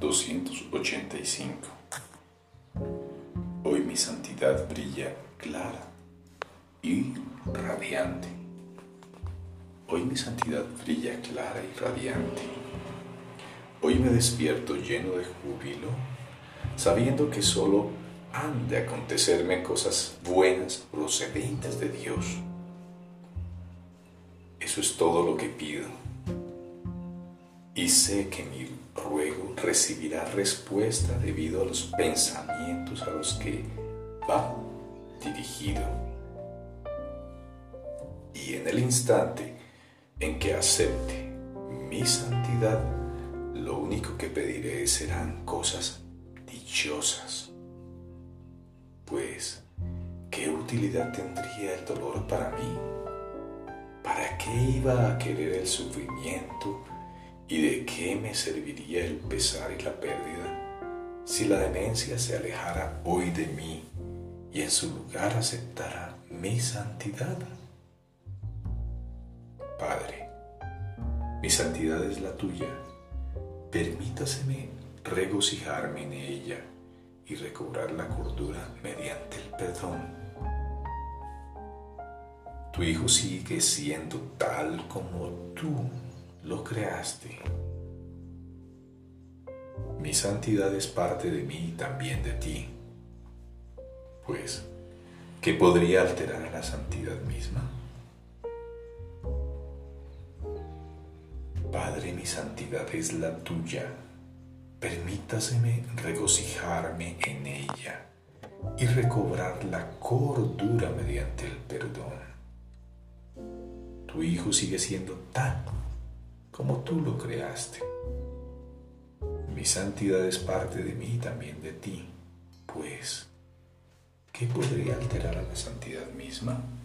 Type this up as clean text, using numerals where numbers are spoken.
285. Hoy mi santidad brilla clara y radiante. Hoy mi santidad brilla clara y radiante. Hoy me despierto lleno de júbilo, sabiendo que solo han de acontecerme cosas buenas procedentes de Dios. Eso es todo lo que pido. Y sé que mi ruego recibirá respuesta debido a los pensamientos a los que va dirigido. Y en el instante en que acepte mi santidad, lo único que pediré serán cosas dichosas. Pues, ¿qué utilidad tendría el dolor para mí? ¿Para qué iba a querer el sufrimiento? ¿Y de qué me serviría el pesar y la pérdida si la demencia se alejara hoy de mí y en su lugar aceptara mi santidad? Padre, mi santidad es la tuya. Permítaseme regocijarme en ella y recobrar la cordura mediante el perdón. Tu Hijo sigue siendo tal como tú lo creaste. Mi santidad es parte de mí y también de ti. Pues, ¿qué podría alterar a la santidad misma? Padre, mi santidad es la tuya. Permítaseme regocijarme en ella y recobrar la cordura mediante el perdón. Tu Hijo sigue siendo tal como tú lo creaste. Mi santidad es parte de mí y también de ti. Pues, ¿qué podría alterar a la santidad misma?